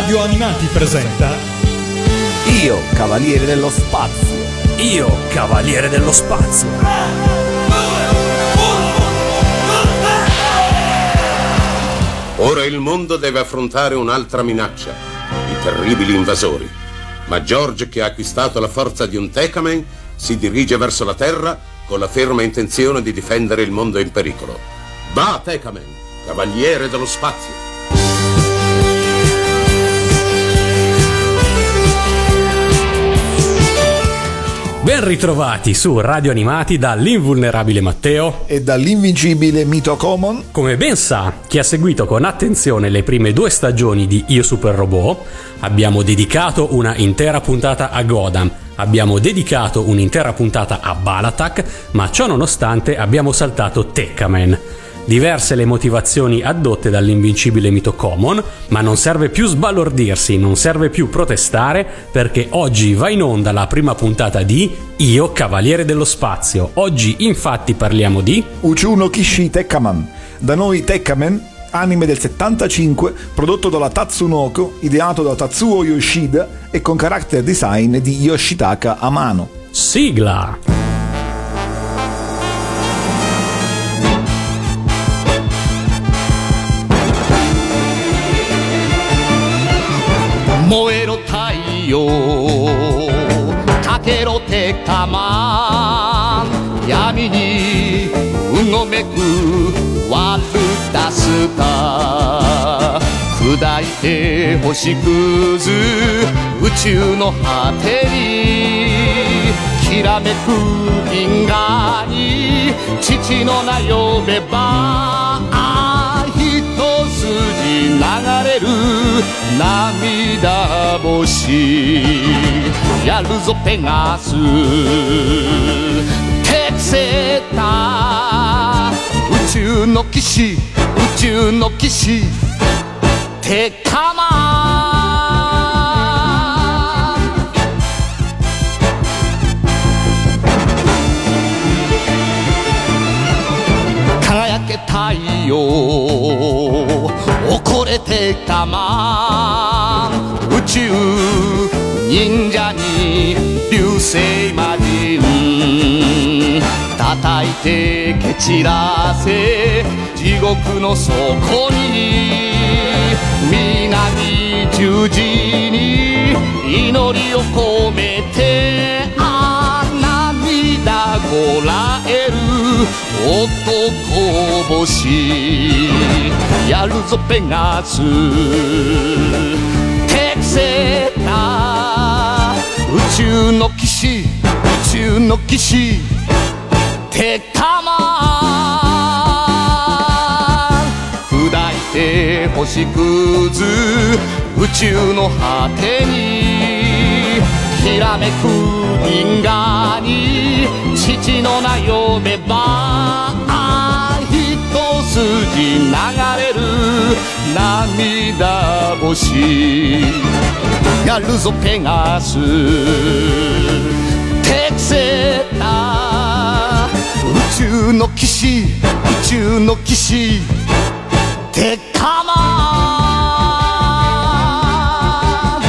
Radio Animati presenta Io, Cavaliere dello Spazio. Io, Cavaliere dello Spazio. Ora il mondo deve affrontare un'altra minaccia, i terribili invasori. Ma George, che ha acquistato la forza di un Tekamen, si dirige verso la Terra con la ferma intenzione di difendere il mondo in pericolo. Va, Tekamen, Cavaliere dello Spazio! Ben ritrovati su Radio Animati dall'invulnerabile Matteo e dall'invincibile Mito Common. Come ben sa chi ha seguito con attenzione le prime 2 stagioni di Io Super Robot, abbiamo dedicato una intera puntata a Godam, abbiamo dedicato un'intera puntata a Balatak, ma ciò nonostante abbiamo saltato Tekkaman. Diverse le motivazioni addotte dall'invincibile Mito Common, ma non serve più sbalordirsi, non serve più protestare, perché oggi va in onda la prima puntata di Io, Cavaliere dello Spazio. Oggi infatti parliamo di Uchuno Kishi Tekkaman. Da noi Tekkaman, anime del 75, prodotto dalla Tatsunoko, ideato da Tatsuo Yoshida e con character design di Yoshitaka Amano. Sigla! Moero taiyo, kakero Tekkaman, yami ni ugomeku waru dasuta, kudaite hoshikuzu宇宙の果てにきらめく銀河に父の名呼べば一筋流れる涙星やるぞペガステクセータ宇宙の騎士宇宙の騎士テッカマン輝け太陽怒れテッカマン宇宙忍者に流星魔人叩いて蹴散らせ地獄の底に南十字に祈りを込めて涙こらえる男星やるぞペガステクセータ宇宙の騎士宇宙の騎士テッカマン砕いて星屑宇宙の果てにきらめく銀河に父の名呼べば一筋流れる涙星やるぞペガステクセータ宇宙の騎士宇宙の騎士テッカマン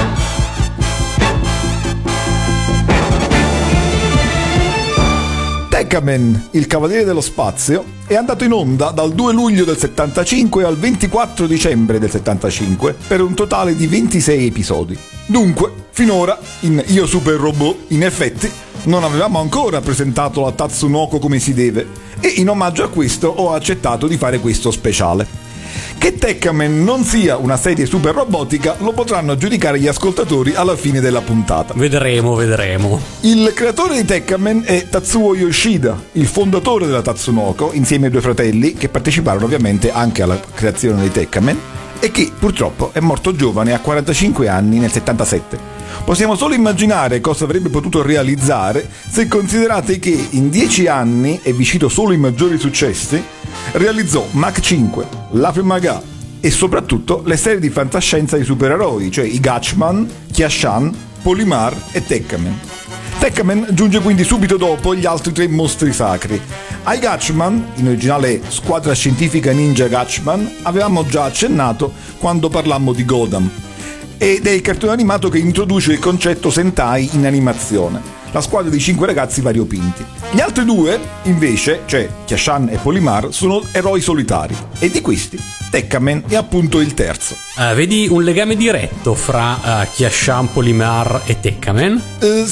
Tekkaman, il Cavaliere dello Spazio, è andato in onda dal 2 luglio del 75 al 24 dicembre del 75 per un totale di 26 episodi. Dunque, finora, in Io Super Robot, in effetti, non avevamo ancora presentato la Tatsunoko come si deve e in omaggio a questo ho accettato di fare questo speciale. Che Tekkaman non sia una serie super robotica lo potranno giudicare gli ascoltatori alla fine della puntata. Vedremo. Il creatore di Tekkaman è Tatsuo Yoshida, il fondatore della Tatsunoko, insieme ai 2 fratelli che parteciparono ovviamente anche alla creazione di Tekkaman e che purtroppo è morto giovane a 45 anni nel 77. Possiamo solo immaginare cosa avrebbe potuto realizzare se considerate che in 10 anni, e vi cito solo i maggiori successi, realizzò Mach 5, L'Ape Maga e soprattutto le serie di fantascienza di supereroi, cioè i Gatchman, Kiashan, Polymar e Tekkaman. Tekkaman giunge quindi subito dopo gli altri 3 mostri sacri. Ai Gatchman, in originale Squadra Scientifica Ninja Gatchman, avevamo già accennato quando parlammo di Godam. ed è il cartone animato che introduce il concetto Sentai in animazione. La squadra di 5 ragazzi variopinti. Gli altri 2, invece, cioè Kya-shan e Polymar, sono eroi solitari, e di questi Tekkaman è appunto il terzo. Vedi un legame diretto fra Kya-shan, Polymar e Tekkaman?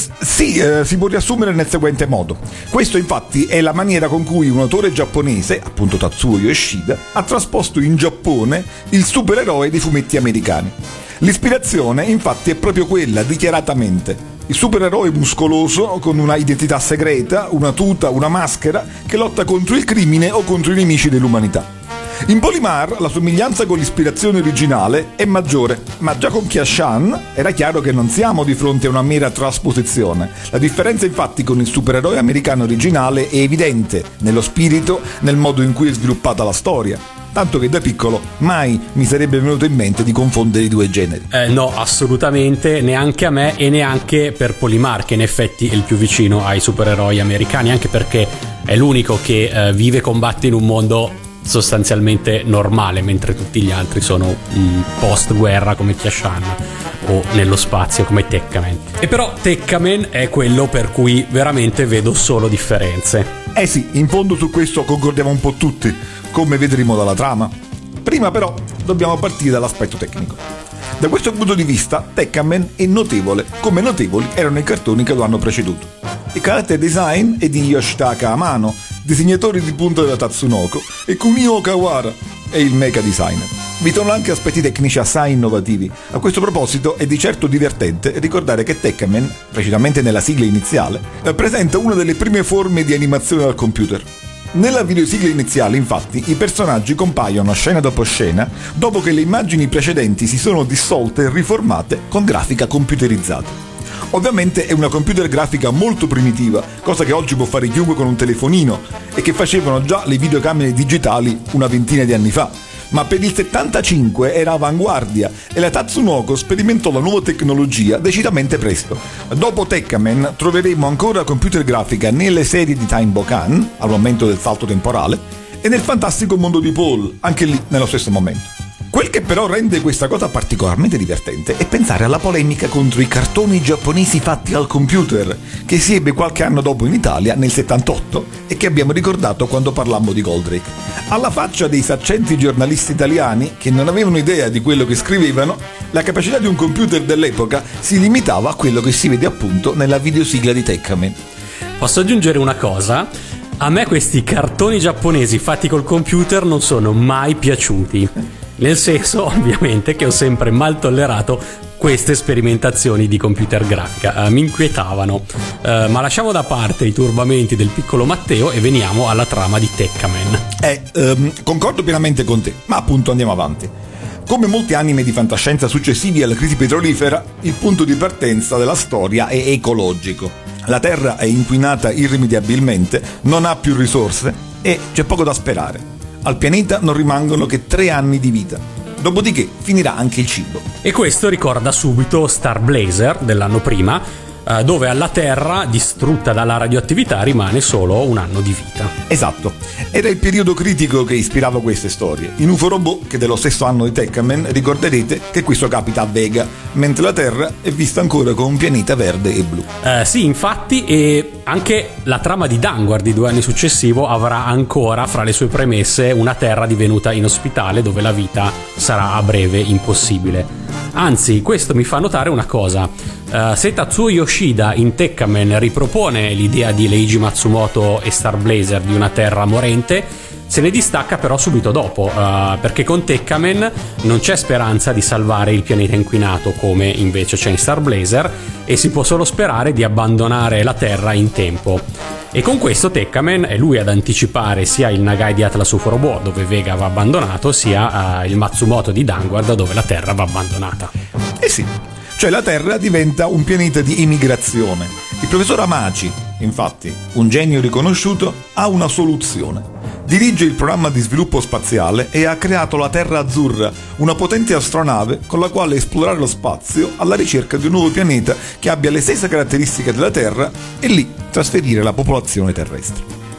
Sì, si può riassumere nel seguente modo. Questo infatti è la maniera con cui un autore giapponese, appunto Tatsuo Yoshida, ha trasposto in Giappone il supereroe dei fumetti americani. L'ispirazione infatti è proprio quella, dichiaratamente. Il supereroe muscoloso con una identità segreta, una tuta, una maschera che lotta contro il crimine o contro i nemici dell'umanità. In Polymar la somiglianza con l'ispirazione originale è maggiore, ma già con Kya-shan era chiaro che non siamo di fronte a una mera trasposizione. La differenza infatti con il supereroe americano originale è evidente nello spirito, nel modo in cui è sviluppata la storia. Tanto che da piccolo mai mi sarebbe venuto in mente di confondere i due generi. No, assolutamente, neanche a me e neanche per Polymar, che in effetti è il più vicino ai supereroi americani, anche perché è l'unico che vive e combatte in un mondo sostanzialmente normale, mentre tutti gli altri sono post guerra come Kya-shan o nello spazio come Tekkaman. E però Tekkaman è quello per cui veramente vedo solo differenze. Sì, in fondo su questo concordiamo un po' tutti, come vedremo dalla trama. Prima però dobbiamo partire dall'aspetto tecnico. Da questo punto di vista Tekkaman è notevole, come notevoli erano i cartoni che lo hanno preceduto. Il character design è di Yoshitaka Amano, disegnatore di punta della Tatsunoko, e Kunio Okawara è il mecha designer. Vi sono anche aspetti tecnici assai innovativi. A questo proposito è di certo divertente ricordare che Tekkaman, precisamente nella sigla iniziale, presenta una delle prime forme di animazione al computer. Nella videosigla iniziale, infatti, i personaggi compaiono scena dopo scena dopo che le immagini precedenti si sono dissolte e riformate con grafica computerizzata. Ovviamente è una computer grafica molto primitiva, cosa che oggi può fare chiunque con un telefonino e che facevano già le videocamere digitali una ventina di anni fa. Ma per il 75 era avanguardia e la Tatsunoko sperimentò la nuova tecnologia decisamente presto. Dopo Tekkaman troveremo ancora computer grafica nelle serie di Time Bokan, al momento del salto temporale, e nel fantastico mondo di Paul, anche lì nello stesso momento. Quel che però rende questa cosa particolarmente divertente è pensare alla polemica contro i cartoni giapponesi fatti al computer, che si ebbe qualche anno dopo in Italia, nel 78, e che abbiamo ricordato quando parlammo di Goldrake. Alla faccia dei saccenti giornalisti italiani, che non avevano idea di quello che scrivevano, la capacità di un computer dell'epoca si limitava a quello che si vede appunto nella videosigla di Tekkaman. Posso aggiungere una cosa? A me questi cartoni giapponesi fatti col computer non sono mai piaciuti. Nel senso, ovviamente, che ho sempre mal tollerato queste sperimentazioni di computer grafica. Mi inquietavano. Ma lasciamo da parte i turbamenti del piccolo Matteo e veniamo alla trama di Tekkaman. Concordo pienamente con te, ma appunto andiamo avanti. Come molti anime di fantascienza successivi alla crisi petrolifera, il punto di partenza della storia è ecologico. La Terra è inquinata irrimediabilmente, non ha più risorse e c'è poco da sperare. Al pianeta non rimangono che 3 anni di vita. Dopodiché finirà anche il cibo. E questo ricorda subito Star Blazer dell'anno prima, dove alla Terra, distrutta dalla radioattività, rimane solo un anno di vita. Esatto, era il periodo critico che ispirava queste storie. In UFO Robot, che dello stesso anno di Tekkaman, ricorderete che questo capita a Vega, mentre la Terra è vista ancora come un pianeta verde e blu. Sì, infatti, e anche la trama di Danguard di 2 anni successivo avrà ancora fra le sue premesse una Terra divenuta inospitale dove la vita sarà a breve impossibile. Anzi, questo mi fa notare una cosa. Se Tatsuo Yoshida in Tekkaman ripropone l'idea di Leiji Matsumoto e Star Blazer di una Terra morente, se ne distacca però subito dopo, perché con Tekkaman non c'è speranza di salvare il pianeta inquinato come invece c'è in Star Blazer, e si può solo sperare di abbandonare la Terra in tempo. E con questo Tekkaman è lui ad anticipare sia il Nagai di Atlas UFO Robot, dove Vega va abbandonato, sia il Matsumoto di Danguard, dove la Terra va abbandonata. Sì, cioè la Terra diventa un pianeta di emigrazione. Il professor Hamachi, infatti, un genio riconosciuto, ha una soluzione. Dirige il programma di sviluppo spaziale e ha creato la Terra Azzurra, una potente astronave con la quale esplorare lo spazio alla ricerca di un nuovo pianeta che abbia le stesse caratteristiche della Terra e lì trasferire la popolazione terrestre.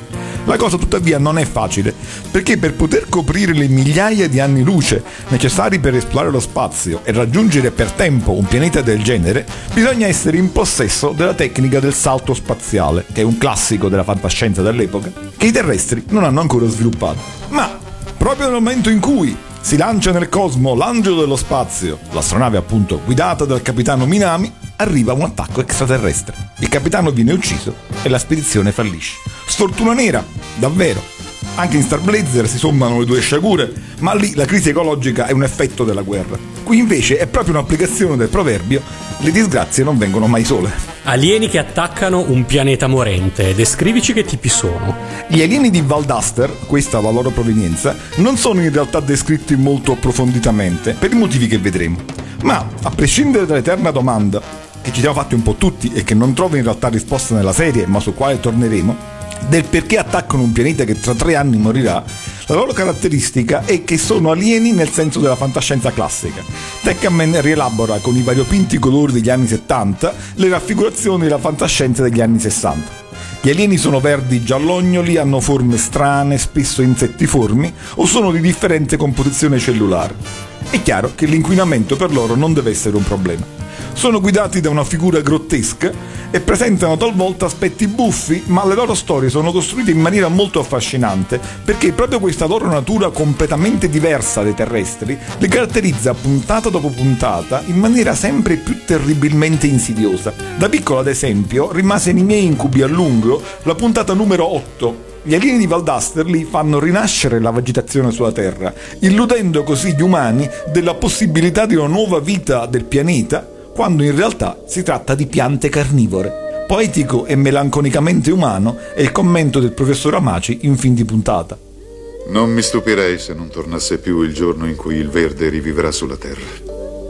La cosa tuttavia non è facile, perché per poter coprire le migliaia di anni luce necessari per esplorare lo spazio e raggiungere per tempo un pianeta del genere, bisogna essere in possesso della tecnica del salto spaziale, che è un classico della fantascienza dell'epoca, che i terrestri non hanno ancora sviluppato. Ma proprio nel momento in cui si lancia nel cosmo l'Angelo dello Spazio, l'astronave appunto guidata dal capitano Minami, arriva un attacco extraterrestre. Il capitano viene ucciso e la spedizione fallisce. Sfortuna nera, davvero. Anche in Star Blazer si sommano le due sciagure, ma lì la crisi ecologica è un effetto della guerra. Qui invece è proprio un'applicazione del proverbio: le disgrazie non vengono mai sole. Alieni che attaccano un pianeta morente. Descrivici che tipi sono. Gli alieni di Valdaster, questa la loro provenienza, non sono in realtà descritti molto approfonditamente, per i motivi che vedremo. Ma, a prescindere dall'eterna domanda, che ci siamo fatti un po' tutti e che non trova in realtà risposta nella serie, ma su quale torneremo, del perché attaccano un pianeta che tra 3 anni morirà, la loro caratteristica è che sono alieni nel senso della fantascienza classica. Tekkaman rielabora con i variopinti colori degli anni 70 le raffigurazioni della fantascienza degli anni 60. Gli alieni sono verdi giallognoli, hanno forme strane, spesso insettiformi, o sono di differente composizione cellulare. È chiaro che l'inquinamento per loro non deve essere un problema. Sono guidati da una figura grottesca e presentano talvolta aspetti buffi, ma le loro storie sono costruite in maniera molto affascinante, perché proprio questa loro natura completamente diversa dai terrestri li caratterizza puntata dopo puntata in maniera sempre più terribilmente insidiosa. Da piccolo, ad esempio, rimase nei miei incubi a lungo la puntata numero 8. Gli alieni di Valdaster lì fanno rinascere la vegetazione sulla Terra, illudendo così gli umani della possibilità di una nuova vita del pianeta, quando in realtà si tratta di piante carnivore. Poetico e melanconicamente umano è il commento del professor Amaci in fin di puntata. Non mi stupirei se non tornasse più il giorno in cui il verde rivivrà sulla Terra.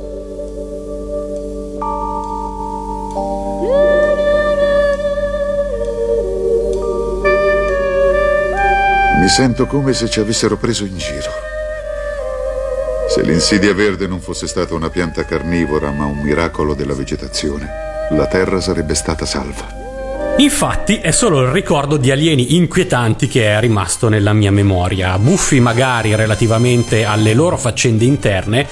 Mi sento come se ci avessero preso in giro. Se l'insidia verde non fosse stata una pianta carnivora, ma un miracolo della vegetazione, la Terra sarebbe stata salva. Infatti è solo il ricordo di alieni inquietanti che è rimasto nella mia memoria, buffi magari relativamente alle loro faccende interne,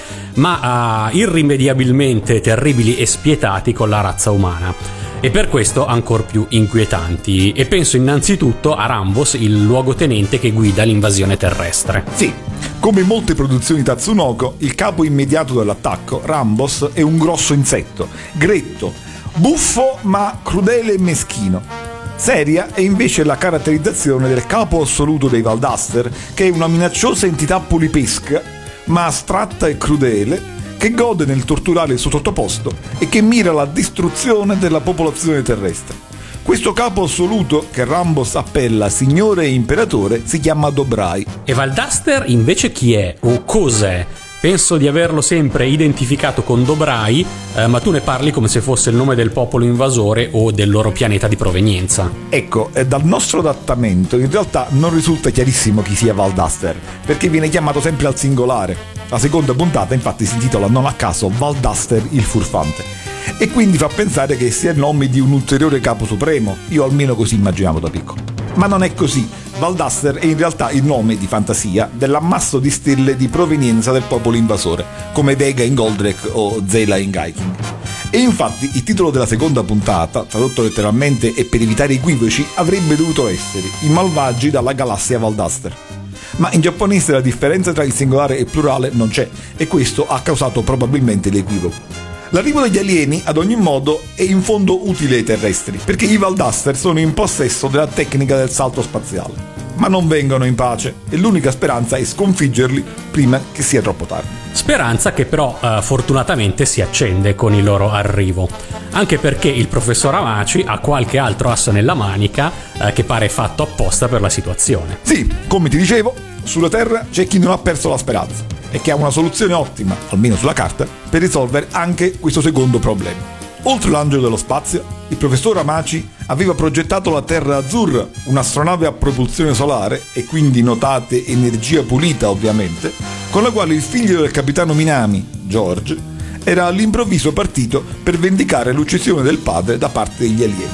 ma irrimediabilmente terribili e spietati con la razza umana. E per questo ancor più inquietanti. E penso innanzitutto a Rambos, il luogotenente che guida l'invasione terrestre. Sì, come in molte produzioni Tatsunoko, il capo immediato dell'attacco, Rambos, è un grosso insetto, gretto, buffo ma crudele e meschino. Seria è invece la caratterizzazione del capo assoluto dei Valdaster, che è una minacciosa entità polipesca, ma astratta e crudele, che gode nel torturare il suo sottoposto e che mira alla distruzione della popolazione terrestre. Questo capo assoluto, che Rambos appella signore e imperatore, si chiama Dobrai. E Valdaster invece chi è o cos'è? Penso di averlo sempre identificato con Dobrai, ma tu ne parli come se fosse il nome del popolo invasore o del loro pianeta di provenienza. Ecco, dal nostro adattamento in realtà non risulta chiarissimo chi sia Valdaster, perché viene chiamato sempre al singolare. La seconda puntata infatti si intitola non a caso Valdaster il furfante, e quindi fa pensare che sia il nome di un ulteriore capo supremo, io almeno così immaginavo da piccolo. Ma non è così. Valdaster è in realtà il nome di fantasia dell'ammasso di stelle di provenienza del popolo invasore, come Vega in Goldrake o Zela in Gaiking. E infatti il titolo della seconda puntata, tradotto letteralmente e per evitare equivoci, avrebbe dovuto essere I malvagi dalla galassia Valdaster. Ma in giapponese la differenza tra il singolare e il plurale non c'è, e questo ha causato probabilmente l'equivoco. L'arrivo degli alieni, ad ogni modo, è in fondo utile ai terrestri, perché i Valdaster sono in possesso della tecnica del salto spaziale. Ma non vengono in pace, e l'unica speranza è sconfiggerli prima che sia troppo tardi. Speranza che però fortunatamente si accende con il loro arrivo, anche perché il professor Amaci ha qualche altro asso nella manica che pare fatto apposta per la situazione. Sì, come ti dicevo, sulla Terra c'è chi non ha perso la speranza e che ha una soluzione ottima, almeno sulla carta, per risolvere anche questo secondo problema. Oltre l'angelo dello spazio, il professor Amaci aveva progettato la Terra Azzurra, un'astronave a propulsione solare e quindi notate energia pulita ovviamente, con la quale il figlio del capitano Minami, George, era all'improvviso partito per vendicare l'uccisione del padre da parte degli alieni.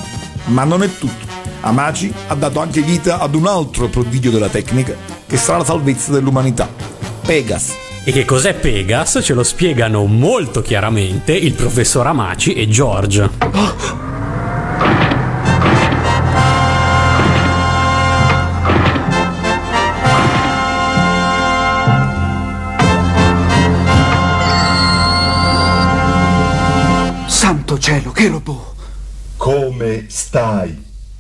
Ma non è tutto. Hamachi ha dato anche vita ad un altro prodigio della tecnica che sarà la salvezza dell'umanità: Pegas. E che cos'è Pegas? Ce lo spiegano molto chiaramente il professor Hamachi e George. Santo cielo, che robot! Come stai?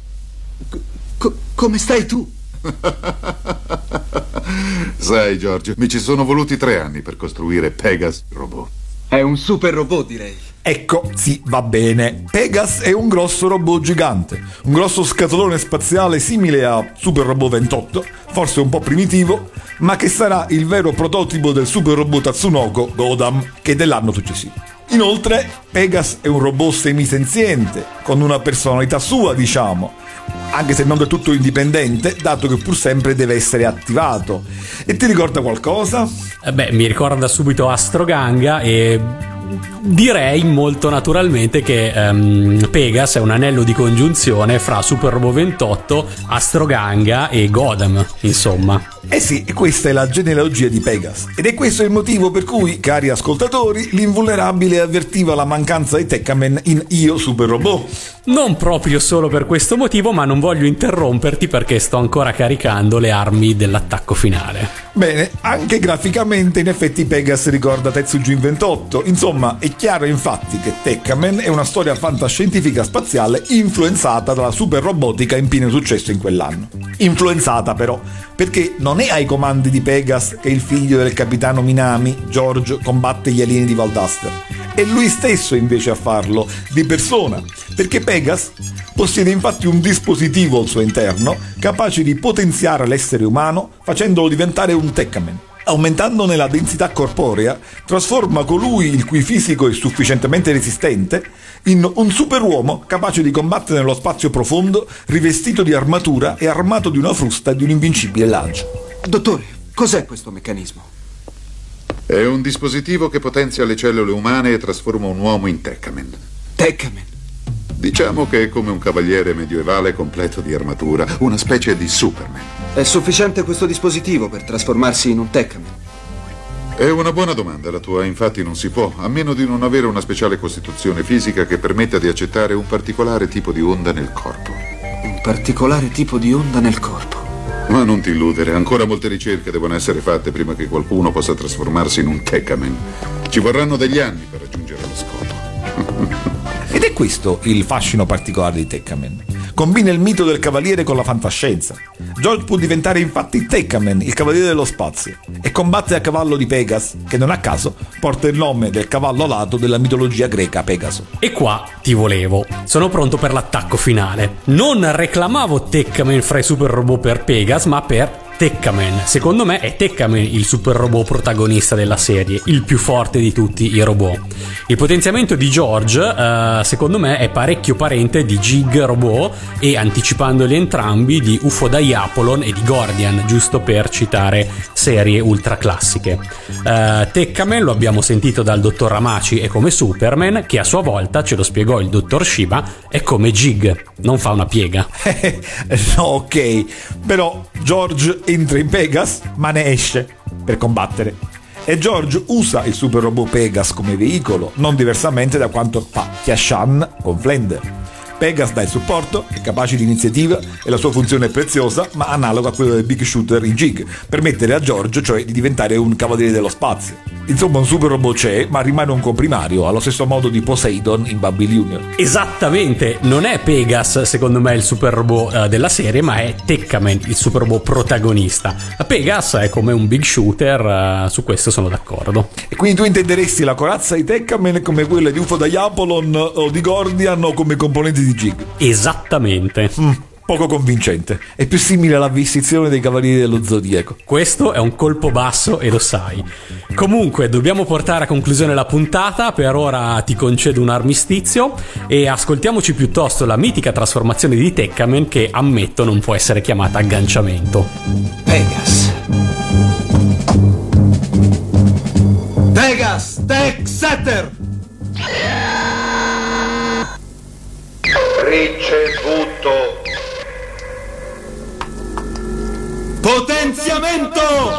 Come stai tu? Sai, George, mi ci sono voluti 3 anni per costruire Pegas robot. È un super robot, direi. Ecco, sì, va bene. Pegas è un grosso robot gigante, un grosso scatolone spaziale simile a Super Robot 28, forse un po' primitivo, ma che sarà il vero prototipo del super robot Tatsunoko Godam, che è dell'anno successivo. Inoltre, Pegas è un robot semisenziente, con una personalità sua, diciamo, anche se non del tutto indipendente, dato che pur sempre deve essere attivato. E ti ricorda qualcosa? Beh, mi ricorda subito Astroganga e direi molto naturalmente che Pegas è un anello di congiunzione fra Super Robot 28, Astroganga e Godam, insomma. Eh sì, questa è la genealogia di Pegas. Ed è questo il motivo per cui, cari ascoltatori, l'Invulnerabile avvertiva la mancanza di Tekkaman in Io Super Robot. Non proprio solo per questo motivo, ma non voglio interromperti perché sto ancora caricando le armi dell'attacco finale. Bene, anche graficamente in effetti Pegas ricorda Tetsujin 28. Insomma, è chiaro infatti che Tekkaman è una storia fantascientifica spaziale influenzata dalla super robotica in pieno successo in quell'anno. Influenzata però, perché non è ai comandi di Pegas che il figlio del capitano Minami, George, combatte gli alieni di Valdaster. È lui stesso invece a farlo, di persona, perché Pegas possiede infatti un dispositivo al suo interno capace di potenziare l'essere umano facendolo diventare un Tekkaman. Aumentandone la densità corporea, trasforma colui il cui fisico è sufficientemente resistente in un superuomo capace di combattere nello spazio profondo, rivestito di armatura e armato di una frusta e di un invincibile lancio. Dottore, cos'è questo meccanismo? È un dispositivo che potenzia le cellule umane e trasforma un uomo in Tekkaman. Tekkaman? Diciamo che è come un cavaliere medievale completo di armatura, una specie di Superman. È sufficiente questo dispositivo per trasformarsi in un Tekkaman? È una buona domanda la tua, infatti non si può, a meno di non avere una speciale costituzione fisica che permetta di accettare un particolare tipo di onda nel corpo. Un particolare tipo di onda nel corpo? Ma non ti illudere, ancora molte ricerche devono essere fatte prima che qualcuno possa trasformarsi in un Tekkaman. Ci vorranno degli anni per raggiungere lo scopo. Ed è questo il fascino particolare di Tekkaman. Combina il mito del cavaliere con la fantascienza. George può diventare infatti Tekkaman, il cavaliere dello spazio, e combatte a cavallo di Pegas, che non a caso porta il nome del cavallo alato della mitologia greca Pegaso. E qua ti volevo. Sono pronto per l'attacco finale. Non reclamavo Tekkaman fra i super robot per Pegas, ma per Tekkaman. Secondo me è Tekkaman il super robot protagonista della serie, il più forte di tutti i robot. Il potenziamento di George, secondo me, è parecchio parente di Jig robot e, anticipandoli entrambi, di UFO Diapolon e di Gordian, giusto per citare serie ultra classiche. Tekkaman, lo abbiamo sentito dal dottor Hamachi, è come Superman, che a sua volta, ce lo spiegò il dottor Shiba, è come Jig, non fa una piega. No, ok, però George entra in Pegas, ma ne esce per combattere. E George usa il super robot Pegas come veicolo, non diversamente da quanto fa Tiashan con Flender. Pegas dà il supporto, è capace di iniziativa e la sua funzione è preziosa, ma analoga a quella del Big Shooter in Jig, permettere a George cioè di diventare un cavaliere dello spazio. Insomma, un super robot c'è, ma rimane un comprimario, allo stesso modo di Poseidon in Babby Junior. Esattamente, non è Pegas secondo me il super robot della serie, ma è Tekkaman il super robot protagonista. Pegas è come un Big Shooter, su questo sono d'accordo. E quindi tu intenderesti la corazza di Tekkaman come quella di UFO Diapolon o di Gordian o come componenti di Jig? Esattamente. Poco convincente, è più simile alla vestizione dei Cavalieri dello Zodiaco. Questo è un colpo basso e lo sai. Comunque dobbiamo portare a conclusione la puntata, per ora ti concedo un armistizio e ascoltiamoci piuttosto la mitica trasformazione di Tekkaman, che ammetto non può essere chiamata agganciamento. Pegas. Pegas, Tech Setter. Ricevuto. Potenziamento!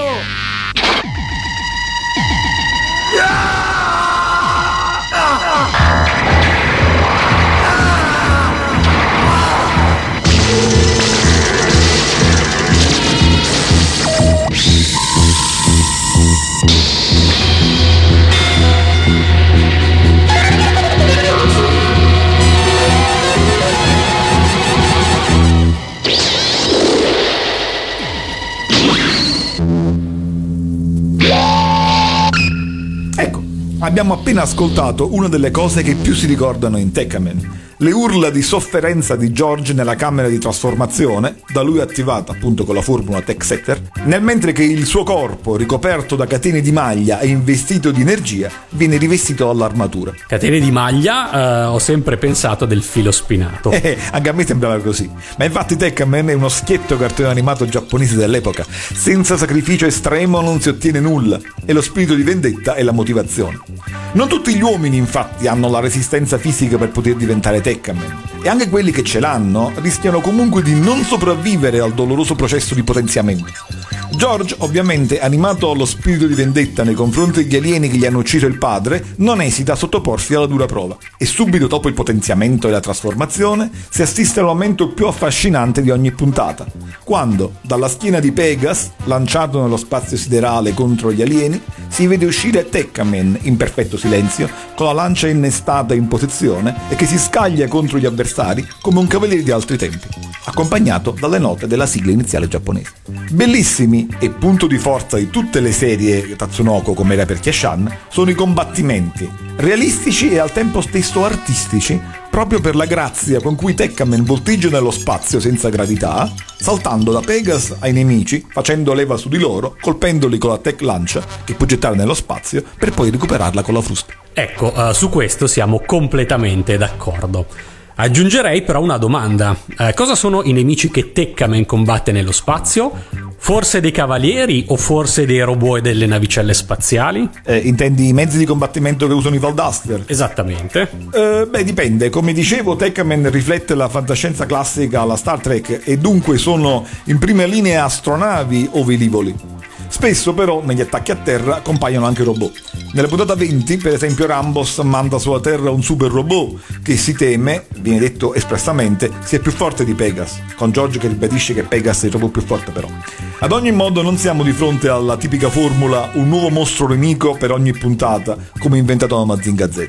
Abbiamo appena ascoltato una delle cose che più si ricordano in Tekkamen, le urla di sofferenza di George nella camera di trasformazione, da lui attivata appunto con la formula Tech-Setter, nel mentre che il suo corpo, ricoperto da catene di maglia e investito di energia, viene rivestito dall'armatura. Catene di maglia, ho sempre pensato del filo spinato. Anche a me sembrava così, ma infatti Tekkamen è uno schietto cartone animato giapponese dell'epoca. Senza sacrificio estremo non si ottiene nulla, e lo spirito di vendetta è la motivazione. Non tutti gli uomini infatti hanno la resistenza fisica per poter diventare Tekkamen, e anche quelli che ce l'hanno rischiano comunque di non sopravvivere al doloroso processo di potenziamento. George, ovviamente animato allo spirito di vendetta nei confronti degli alieni che gli hanno ucciso il padre, non esita a sottoporsi alla dura prova, e subito dopo il potenziamento e la trasformazione si assiste al momento più affascinante di ogni puntata, quando dalla schiena di Pegas, lanciato nello spazio siderale contro gli alieni, si vede uscire Tekkamen in perfetto silenzio, con la lancia innestata in posizione e che si scaglia contro gli avversari come un cavaliere di altri tempi, accompagnato dalle note della sigla iniziale giapponese. Bellissimi e punto di forza di tutte le serie Tatsunoko, come era per Kiashan, sono i combattimenti, realistici e al tempo stesso artistici, proprio per la grazia con cui Tekkamen volteggia nello spazio senza gravità, saltando da Pegas ai nemici, facendo leva su di loro, colpendoli con la Tech Lancia che può gettare nello spazio per poi recuperarla con la frusta. Ecco, su questo siamo completamente d'accordo. Aggiungerei però una domanda. Cosa sono i nemici che Tekkamen combatte nello spazio? Forse dei cavalieri o forse dei robot e delle navicelle spaziali? Intendi i mezzi di combattimento che usano i Valdaster? Esattamente. Dipende. Come dicevo, Tekkamen riflette la fantascienza classica alla Star Trek e dunque sono in prima linea astronavi o velivoli. Spesso però negli attacchi a terra compaiono anche robot. Nella puntata 20, per esempio, Rambos manda sulla Terra un super robot che si teme, viene detto espressamente, sia più forte di Pegas, con George che ribadisce che Pegas è il robot più forte però. Ad ogni modo non siamo di fronte alla tipica formula un nuovo mostro nemico per ogni puntata, come inventato da Mazinga Z.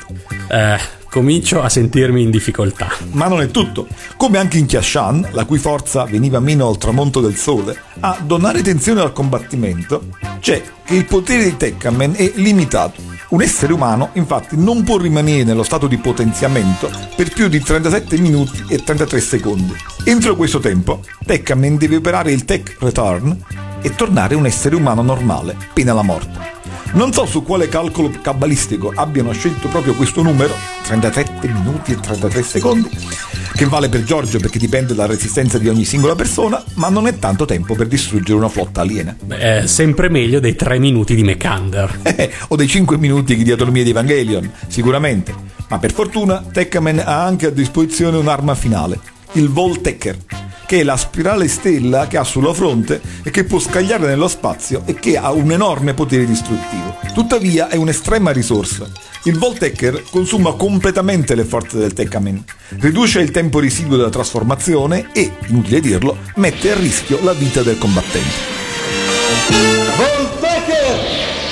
Comincio a sentirmi in difficoltà. Ma non è tutto. Come anche in Kiashan, la cui forza veniva meno al tramonto del sole, a donare tensione al combattimento c'è che il potere di Tekkamen è limitato. Un essere umano infatti non può rimanere nello stato di potenziamento per più di 37 minuti e 33 secondi. Entro questo tempo Tekkamen deve operare il Tech Return e tornare un essere umano normale, pena la morte. Non so su quale calcolo cabalistico abbiano scelto proprio questo numero, 37 minuti e 33 secondi, che vale per Giorgio perché dipende dalla resistenza di ogni singola persona, ma non è tanto tempo per distruggere una flotta aliena. Sempre meglio dei 3 minuti di Mekander. O dei 5 minuti di Autonomia di Evangelion, sicuramente. Ma per fortuna Tekkamen ha anche a disposizione un'arma finale, il Voltekker, che è la spirale stella che ha sulla fronte e che può scagliare nello spazio e che ha un enorme potere distruttivo. Tuttavia è un'estrema risorsa. Il Voltekker consuma completamente le forze del Tekkamen, riduce il tempo residuo della trasformazione e, inutile dirlo, mette a rischio la vita del combattente. Voltekker!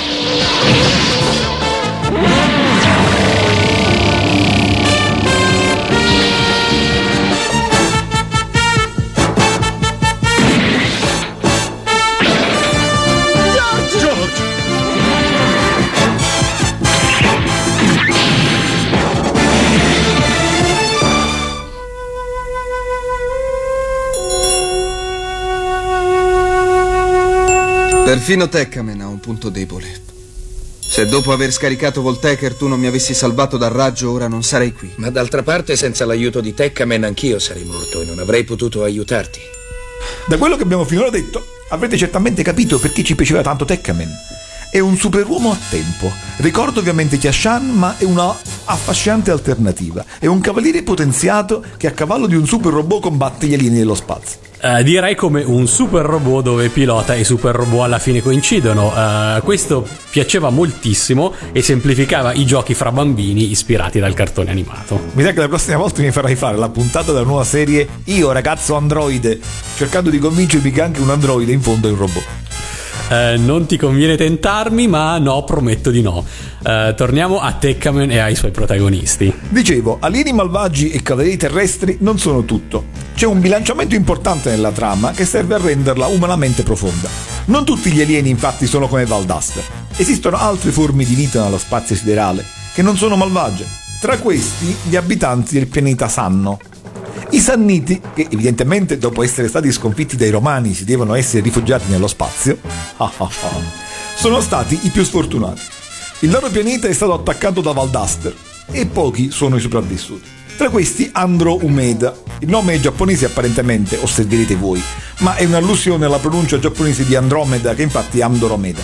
Perfino Tekkamen ha un punto debole. Se dopo aver scaricato Voltekker tu non mi avessi salvato dal raggio, ora non sarei qui. Ma d'altra parte, senza l'aiuto di Tekkamen anch'io sarei morto e non avrei potuto aiutarti. Da quello che abbiamo finora detto, avrete certamente capito perché ci piaceva tanto Tekkamen. È un superuomo a tempo. Ricorda ovviamente Kiashan, ma è una affascinante alternativa. È un cavaliere potenziato che a cavallo di un super robot combatte gli alieni dello spazio. Direi come un super robot dove pilota e super robot alla fine coincidono. Questo piaceva moltissimo e semplificava i giochi fra bambini ispirati dal cartone animato. Mi sa che la prossima volta mi farai fare la puntata della nuova serie Io ragazzo androide, cercando di convincermi che anche un androide in fondo è un robot. Non ti conviene tentarmi, ma no, prometto di no. Torniamo a Tekkamen e ai suoi protagonisti. Dicevo, alieni malvagi e cavalieri terrestri non sono tutto. C'è un bilanciamento importante nella trama che serve a renderla umanamente profonda. Non tutti gli alieni infatti sono come Valdaster. Esistono altre forme di vita nello spazio siderale che non sono malvagie. Tra questi gli abitanti del pianeta Sanno. I Sanniti, che evidentemente dopo essere stati sconfitti dai Romani si devono essere rifugiati nello spazio, sono stati i più sfortunati. Il loro pianeta è stato attaccato da Valdaster e pochi sono i sopravvissuti. Tra questi Andro Umeda. Il nome è giapponese apparentemente, osserverete voi, ma è un'allusione alla pronuncia giapponese di Andromeda, che infatti è Andromeda.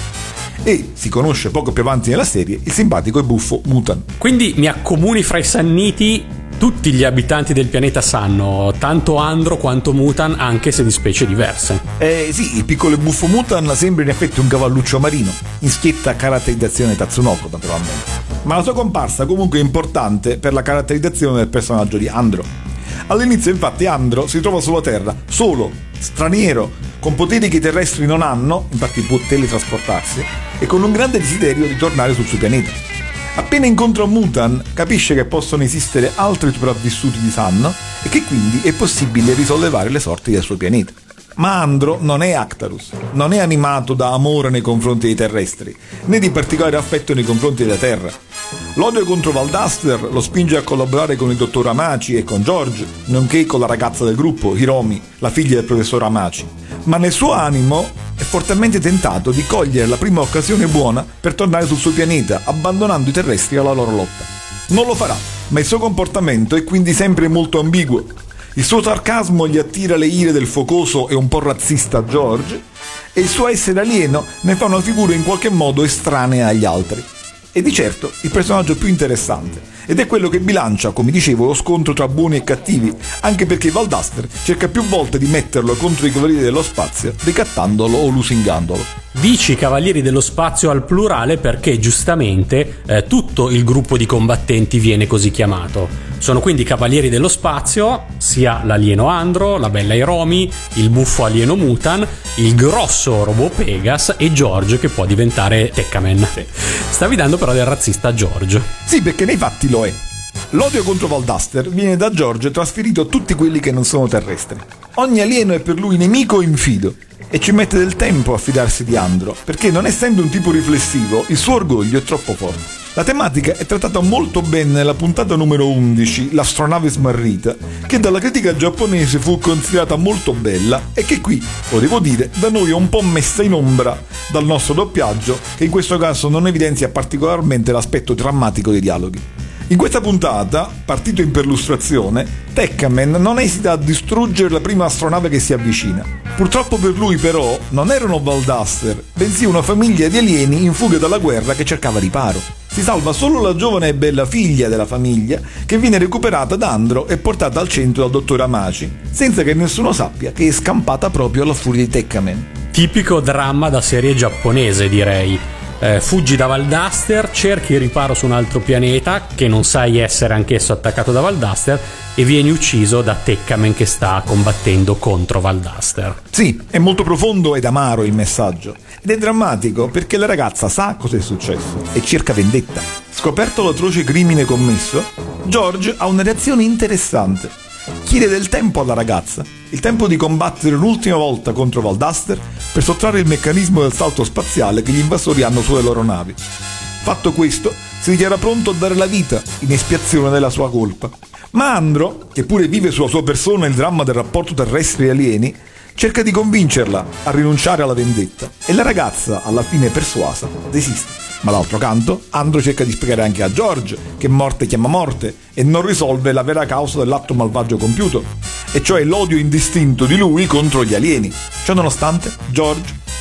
E si conosce poco più avanti nella serie il simpatico e buffo Mutan. Quindi mi accomuni fra i Sanniti tutti gli abitanti del pianeta Sanno, tanto Andro quanto Mutan, anche se di specie diverse. Sì, il piccolo e buffo Mutan sembra in effetti un cavalluccio marino, in schietta caratterizzazione Tatsunoko naturalmente. Ma la sua comparsa comunque è importante per la caratterizzazione del personaggio di Andro. All'inizio infatti Andro si trova sulla Terra, solo, straniero, con poteri che i terrestri non hanno, infatti può teletrasportarsi, e con un grande desiderio di tornare sul suo pianeta. Appena incontra Mutan, capisce che possono esistere altri sopravvissuti di Sanno e che quindi è possibile risollevare le sorti del suo pianeta. Ma Andro non è Actarus, non è animato da amore nei confronti dei terrestri, né di particolare affetto nei confronti della Terra. L'odio contro Valdaster lo spinge a collaborare con il dottor Amaci e con George, nonché con la ragazza del gruppo, Hiromi, la figlia del professor Amaci. Ma nel suo animo è fortemente tentato di cogliere la prima occasione buona per tornare sul suo pianeta, abbandonando i terrestri alla loro lotta. Non lo farà, ma il suo comportamento è quindi sempre molto ambiguo. Il suo sarcasmo gli attira le ire del focoso e un po' razzista George, e il suo essere alieno ne fa una figura in qualche modo estranea agli altri. È di certo il personaggio più interessante, ed è quello che bilancia, come dicevo, lo scontro tra buoni e cattivi, anche perché Valdaster cerca più volte di metterlo contro i Cavalieri dello Spazio, ricattandolo o lusingandolo. Dici Cavalieri dello Spazio al plurale perché giustamente tutto il gruppo di combattenti viene così chiamato. Sono quindi Cavalieri dello Spazio, sia l'alieno Andro, la bella Hiromi, il buffo alieno Mutan, il grosso robot Pegas e George che può diventare Tekkamen. Stavi dando però del razzista a George. Sì, perché nei fatti lo è. L'odio contro Valdaster viene da George trasferito a tutti quelli che non sono terrestri. Ogni alieno è per lui nemico o infido, e ci mette del tempo a fidarsi di Andro, perché non essendo un tipo riflessivo, il suo orgoglio è troppo forte. La tematica è trattata molto bene nella puntata numero 11, l'astronave smarrita, che dalla critica giapponese fu considerata molto bella e che qui, lo devo dire, da noi è un po' messa in ombra dal nostro doppiaggio, che in questo caso non evidenzia particolarmente l'aspetto drammatico dei dialoghi. In questa puntata, partito in perlustrazione, Tekkamen non esita a distruggere la prima astronave che si avvicina. Purtroppo per lui però non erano Valdaster, bensì una famiglia di alieni in fuga dalla guerra che cercava riparo. Si salva solo la giovane e bella figlia della famiglia, che viene recuperata da Andro e portata al centro dal dottor Amaci, senza che nessuno sappia che è scampata proprio alla furia di Tekkamen. Tipico dramma da serie giapponese, direi. Fuggi da Valdaster, cerchi riparo su un altro pianeta che non sai essere anch'esso attaccato da Valdaster e vieni ucciso da Tekkamen che sta combattendo contro Valdaster. Sì, è molto profondo ed amaro il messaggio, ed è drammatico perché la ragazza sa cosa è successo e cerca vendetta. Scoperto l'atroce crimine commesso, George ha una reazione interessante. Chiede del tempo alla ragazza, il tempo di combattere l'ultima volta contro Valdaster per sottrarre il meccanismo del salto spaziale che gli invasori hanno sulle loro navi. Fatto questo, si dichiara pronto a dare la vita in espiazione della sua colpa. Ma Andro, che pure vive sulla sua persona il dramma del rapporto terrestri e alieni, cerca di convincerla a rinunciare alla vendetta e la ragazza, alla fine persuasa, desiste. Ma d'altro canto, Andro cerca di spiegare anche a George che morte chiama morte e non risolve la vera causa dell'atto malvagio compiuto, e cioè l'odio indistinto di lui contro gli alieni. Ciononostante, George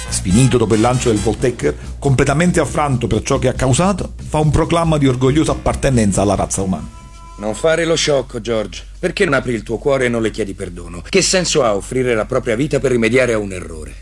sfinito dopo il lancio del Voltaire, completamente affranto per ciò che ha causato, fa un proclama di orgogliosa appartenenza alla razza umana. Non fare lo sciocco, George. Perché non apri il tuo cuore e non le chiedi perdono? Che senso ha offrire la propria vita per rimediare a un errore?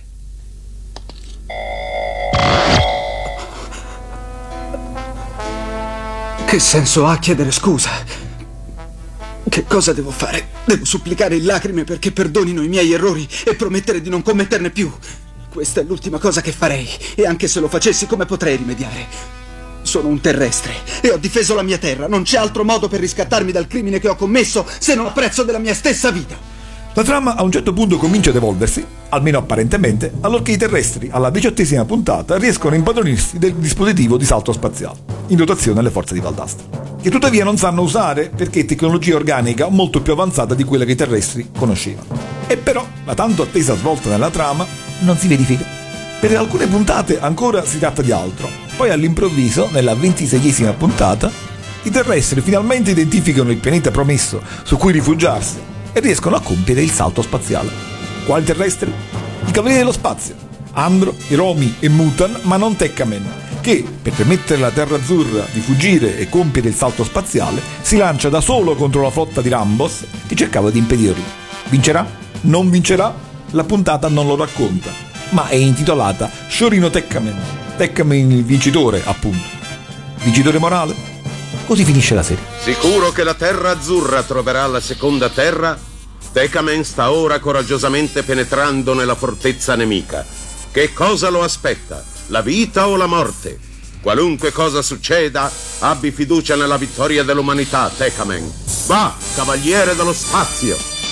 Che senso ha chiedere scusa? Che cosa devo fare? Devo supplicare in lacrime perché perdonino i miei errori e promettere di non commetterne più. Questa è l'ultima cosa che farei, e anche se lo facessi, come potrei rimediare? Sono un terrestre e ho difeso la mia terra. Non c'è altro modo per riscattarmi dal crimine che ho commesso se non a prezzo della mia stessa vita. La trama a un certo punto comincia ad evolversi, almeno apparentemente, allorché i terrestri, alla 18ª puntata, riescono a impadronirsi del dispositivo di salto spaziale, in dotazione alle forze di Valdaster, che tuttavia non sanno usare perché è tecnologia organica molto più avanzata di quella che i terrestri conoscevano. E però la tanto attesa svolta nella trama non si verifica. Per alcune puntate ancora si tratta di altro, poi all'improvviso, nella 26ª puntata, i terrestri finalmente identificano il pianeta promesso su cui rifugiarsi e riescono a compiere il salto spaziale. Quali terrestri? I Cavalieri dello Spazio, Andro, Hiromi e Mutan, ma non Tekkamen, che, per permettere alla Terra Azzurra di fuggire e compiere il salto spaziale, si lancia da solo contro la flotta di Rambos che cercava di impedirlo. Vincerà? Non vincerà? La puntata non lo racconta, ma è intitolata Shorino Tekkamen. Tekkamen il vincitore, appunto. Vincitore morale? Così finisce la serie. Sicuro che la Terra Azzurra troverà la seconda terra, Tekkamen sta ora coraggiosamente penetrando nella fortezza nemica. Che cosa lo aspetta? La vita o la morte? Qualunque cosa succeda, abbi fiducia nella vittoria dell'umanità, Tekkamen. Va, Cavaliere dello Spazio!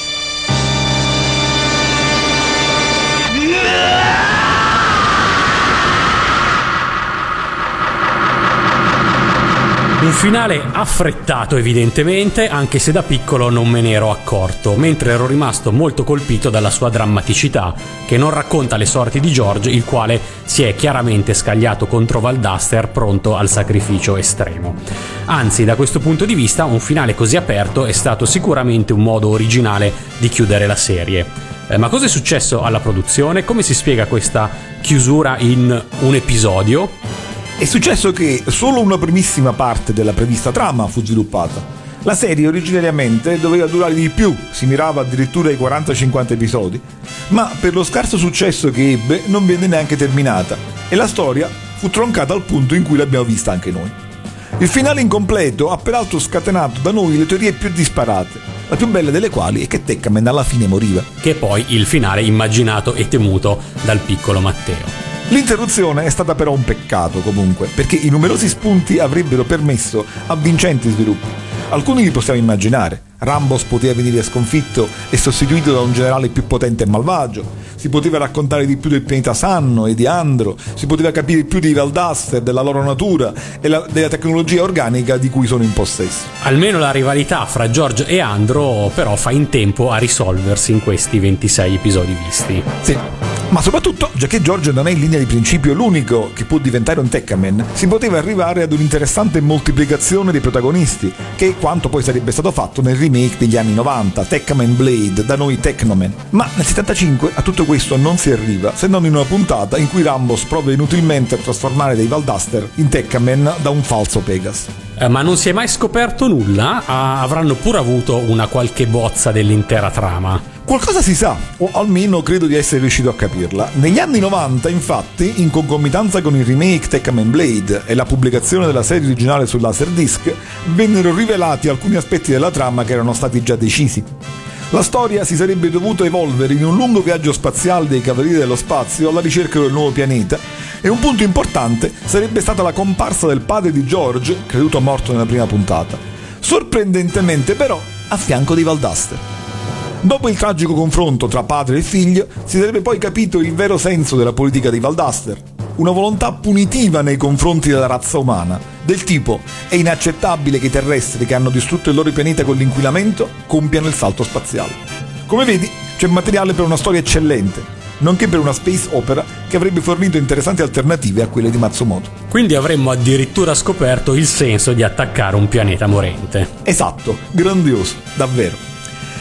Un finale affrettato evidentemente, anche se da piccolo non me ne ero accorto, mentre ero rimasto molto colpito dalla sua drammaticità, che non racconta le sorti di George, il quale si è chiaramente scagliato contro Valdaster, pronto al sacrificio estremo. Anzi, da questo punto di vista, un finale così aperto è stato sicuramente un modo originale di chiudere la serie. Ma cosa è successo alla produzione? Come si spiega questa chiusura in un episodio? È successo che solo una primissima parte della prevista trama fu sviluppata. La serie originariamente doveva durare di più, si mirava addirittura ai 40-50 episodi, ma per lo scarso successo che ebbe non venne neanche terminata e la storia fu troncata al punto in cui l'abbiamo vista anche noi. Il finale incompleto ha peraltro scatenato da noi le teorie più disparate, la più bella delle quali è che Tekkamen alla fine moriva. Che è poi il finale immaginato e temuto dal piccolo Matteo. L'interruzione è stata però un peccato comunque, perché i numerosi spunti avrebbero permesso avvincenti sviluppi. Alcuni li possiamo immaginare. Rambos poteva venire sconfitto e sostituito da un generale più potente e malvagio, si poteva raccontare di più del pianeta Sanno e di Andro, si poteva capire più di Valdaster, della loro natura e della tecnologia organica di cui sono in possesso. Almeno la rivalità fra George e Andro però fa in tempo a risolversi in questi 26 episodi visti. Sì, ma soprattutto, già che George non è in linea di principio l'unico che può diventare un Tekkamen, si poteva arrivare ad un'interessante moltiplicazione dei protagonisti, che è quanto poi sarebbe stato fatto nel remake degli anni 90, Tekkamen Blade, da noi Technoman. Ma nel 75 a tutto questo non si arriva, se non in una puntata in cui Rambos prova inutilmente a trasformare dei Valdaster in Tekkamen da un falso Pegas. Ma non si è mai scoperto nulla? Avranno pure avuto una qualche bozza dell'intera trama? Qualcosa si sa, o almeno credo di essere riuscito a capirla. Negli anni 90, infatti, in concomitanza con il remake Tekkamen Blade e la pubblicazione della serie originale sul Laserdisc, vennero rivelati alcuni aspetti della trama che erano stati già decisi. La storia si sarebbe dovuta evolvere in un lungo viaggio spaziale dei Cavalieri dello Spazio alla ricerca del nuovo pianeta, e un punto importante sarebbe stata la comparsa del padre di George, creduto morto nella prima puntata, sorprendentemente però a fianco di Valdaster. Dopo il tragico confronto tra padre e figlio, si sarebbe poi capito il vero senso della politica di Valdaster, una volontà punitiva nei confronti della razza umana, del tipo: è inaccettabile che i terrestri che hanno distrutto il loro pianeta con l'inquinamento compiano il salto spaziale. Come vedi, c'è materiale per una storia eccellente, nonché per una space opera che avrebbe fornito interessanti alternative a quelle di Matsumoto. Quindi avremmo addirittura scoperto il senso di attaccare un pianeta morente. Esatto, grandioso, davvero.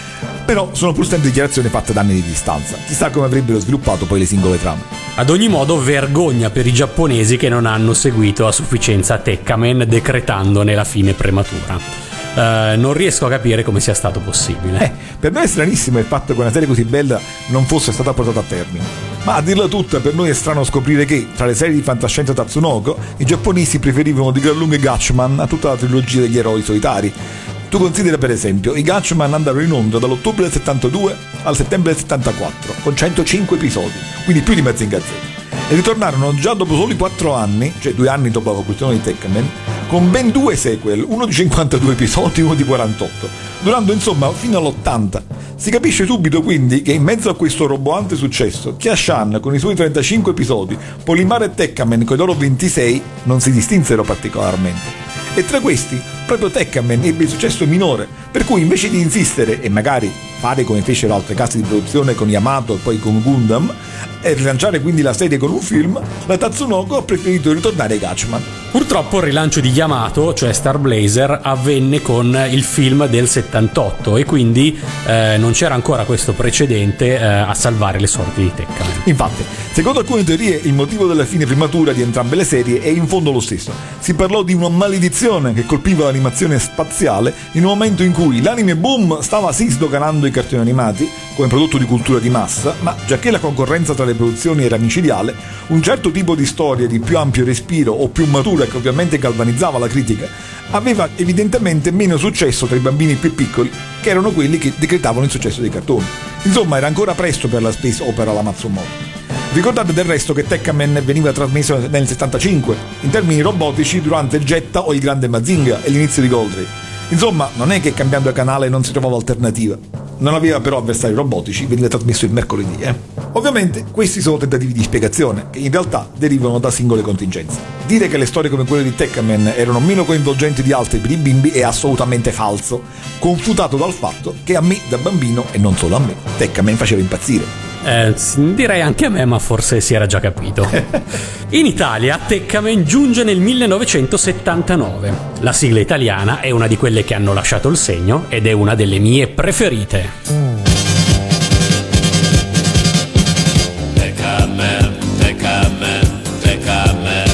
Però sono pur sempre dichiarazioni fatte ad anni di distanza. Chissà come avrebbero sviluppato poi le singole trame. Ad ogni modo, vergogna per i giapponesi che non hanno seguito a sufficienza Tekkamen, decretandone la fine prematura. Non riesco a capire come sia stato possibile. Per noi è stranissimo il fatto che una serie così bella non fosse stata portata a termine. Ma a dirla tutta, per noi è strano scoprire che, tra le serie di fantascienza Tatsunoko, i giapponesi preferivano di gran lunga Gatchaman a tutta la trilogia degli eroi solitari. Tu considera per esempio, i Gatchaman andarono in onda dall'ottobre del 72 al settembre del 74, con 105 episodi, quindi più di Mazinger Z. E ritornarono già dopo soli 4 anni, cioè 2 anni dopo la conclusione di Tekkamen, con ben 2 sequel, uno di 52 episodi e uno di 48, durando insomma fino all'80. Si capisce subito quindi che in mezzo a questo roboante successo, Kya-shan con i suoi 35 episodi, Polimare e Tekkamen con i loro 26 non si distinsero particolarmente. E tra questi, proprio Tekkamen ebbe il successo minore, per cui invece di insistere e magari fare come fecero altre case di produzione con Yamato e poi con Gundam, e rilanciare quindi la serie con un film, la Tatsunoko ha preferito ritornare ai Gatchaman. Purtroppo il rilancio di Yamato, cioè Star Blazer, avvenne con il film del 78 e quindi non c'era ancora questo precedente a salvare le sorti di Tekkamen. Infatti, secondo alcune teorie, il motivo della fine prematura di entrambe le serie è in fondo lo stesso. Si parlò di una maledizione che colpiva l'animazione spaziale in un momento in cui l'anime boom stava sì sdoganando i cartoni animati come prodotto di cultura di massa, ma giacché la concorrenza tra le produzioni era micidiale, un certo tipo di storia di più ampio respiro o più matura che ovviamente galvanizzava la critica aveva evidentemente meno successo tra i bambini più piccoli, che erano quelli che decretavano il successo dei cartoni. Insomma, era ancora presto per la space opera alla Matsumoto. Ricordate del resto che Tekkamen veniva trasmesso nel 75 in termini robotici durante il Jetta o il Grande Mazinga e l'inizio di Goldrake. Insomma, non è che cambiando canale non si trovava alternativa. Non aveva però avversari robotici, veniva trasmesso il mercoledì. Ovviamente questi sono tentativi di spiegazione che in realtà derivano da singole contingenze. Dire che le storie come quelle di Tekkamen erano meno coinvolgenti di altre per i bimbi è assolutamente falso, confutato dal fatto che a me da bambino, e non solo a me, Tekkamen faceva impazzire. Direi anche a me, ma forse si era già capito. In Italia Tekkamen giunge nel 1979. La sigla italiana è una di quelle che hanno lasciato il segno ed è una delle mie preferite. Tekkamen, Tekkamen, Tekkamen.